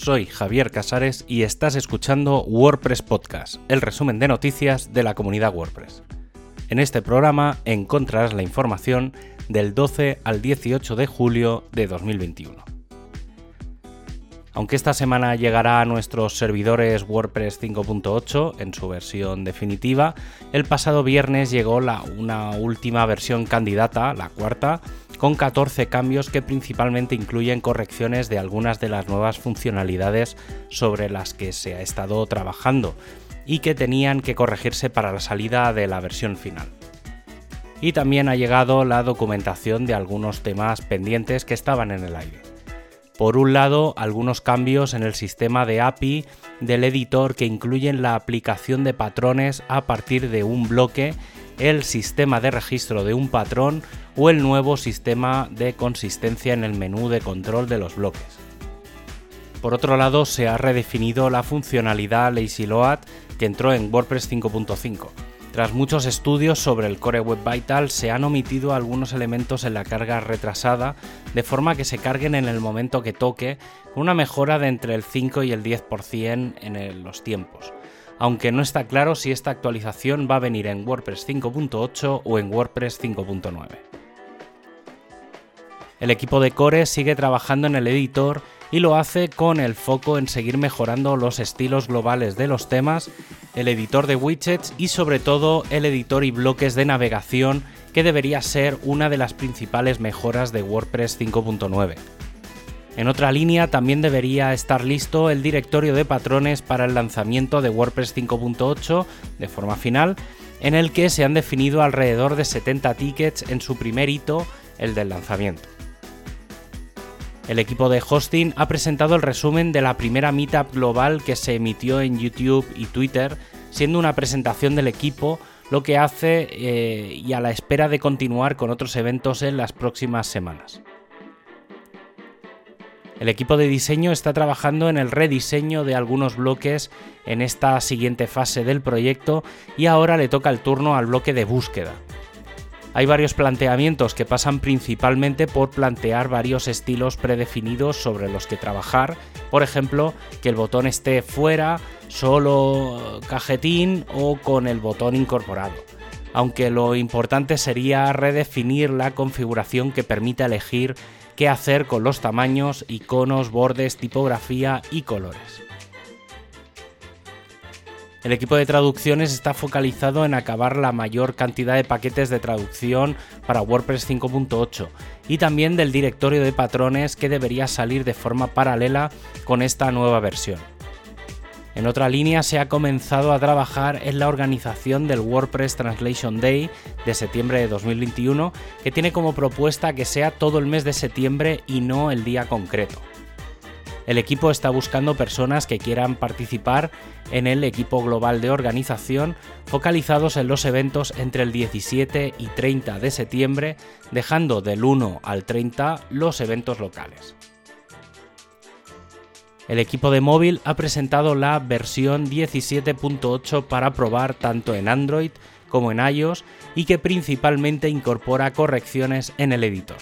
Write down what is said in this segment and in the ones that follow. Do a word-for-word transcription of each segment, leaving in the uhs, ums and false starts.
soy Javier Casares y estás escuchando WordPress Podcast, el resumen de noticias de la comunidad WordPress. En este programa encontrarás la información del doce al dieciocho de julio de dos mil veintiuno. Aunque esta semana llegará a nuestros servidores WordPress cinco punto ocho en su versión definitiva, el pasado viernes llegó la, una última versión candidata, la cuarta, con catorce cambios que principalmente incluyen correcciones de algunas de las nuevas funcionalidades sobre las que se ha estado trabajando y que tenían que corregirse para la salida de la versión final. Y también ha llegado la documentación de algunos temas pendientes que estaban en el aire. Por un lado, algunos cambios en el sistema de A P I del editor que incluyen la aplicación de patrones a partir de un bloque, el sistema de registro de un patrón o el nuevo sistema de consistencia en el menú de control de los bloques. Por otro lado, se ha redefinido la funcionalidad Lazy Load que entró en WordPress cinco punto cinco. Tras muchos estudios sobre el Core Web Vitals, se han omitido algunos elementos en la carga retrasada, de forma que se carguen en el momento que toque, con una mejora de entre el cinco y el diez por ciento en el, los tiempos. Aunque no está claro si esta actualización va a venir en WordPress cinco punto ocho o en WordPress cinco punto nueve. El equipo de Core sigue trabajando en el editor y lo hace con el foco en seguir mejorando los estilos globales de los temas, el editor de widgets y sobre todo el editor y bloques de navegación, que debería ser una de las principales mejoras de WordPress cinco punto nueve. En otra línea también debería estar listo el directorio de patrones para el lanzamiento de WordPress cinco punto ocho de forma final, en el que se han definido alrededor de setenta tickets en su primer hito, el del lanzamiento. El equipo de hosting ha presentado el resumen de la primera meetup global que se emitió en YouTube y Twitter, siendo una presentación del equipo, lo que hace eh, y a la espera de continuar con otros eventos en las próximas semanas. El equipo de diseño está trabajando en el rediseño de algunos bloques en esta siguiente fase del proyecto y ahora le toca el turno al bloque de búsqueda. Hay varios planteamientos que pasan principalmente por plantear varios estilos predefinidos sobre los que trabajar, por ejemplo, que el botón esté fuera, solo cajetín o con el botón incorporado, aunque lo importante sería redefinir la configuración que permita elegir qué hacer con los tamaños, iconos, bordes, tipografía y colores. El equipo de traducciones está focalizado en acabar la mayor cantidad de paquetes de traducción para WordPress cinco punto ocho y también del directorio de patrones que debería salir de forma paralela con esta nueva versión. En otra línea se ha comenzado a trabajar en la organización del WordPress Translation Day de septiembre de dos mil veintiuno, que tiene como propuesta que sea todo el mes de septiembre y no el día concreto. El equipo está buscando personas que quieran participar en el equipo global de organización, focalizados en los eventos entre el diecisiete y treinta de septiembre, dejando del uno al treinta los eventos locales. El equipo de móvil ha presentado la versión diecisiete punto ocho para probar tanto en Android como en iOS y que principalmente incorpora correcciones en el editor.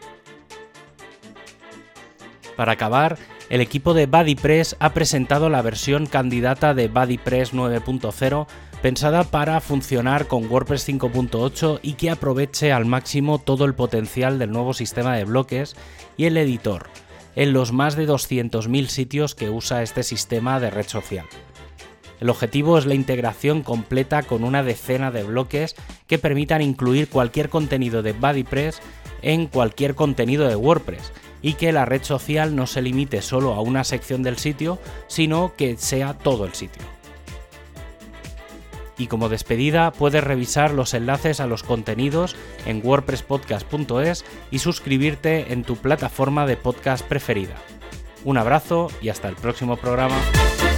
Para acabar, el equipo de BuddyPress ha presentado la versión candidata de BuddyPress nueve punto cero, pensada para funcionar con WordPress cinco punto ocho y que aproveche al máximo todo el potencial del nuevo sistema de bloques y el editor, en los más de doscientos mil sitios que usa este sistema de red social. El objetivo es la integración completa con una decena de bloques que permitan incluir cualquier contenido de BuddyPress en cualquier contenido de WordPress, y que la red social no se limite solo a una sección del sitio, sino que sea todo el sitio. Y como despedida, puedes revisar los enlaces a los contenidos en wordpress podcast punto es y suscribirte en tu plataforma de podcast preferida. Un abrazo y hasta el próximo programa.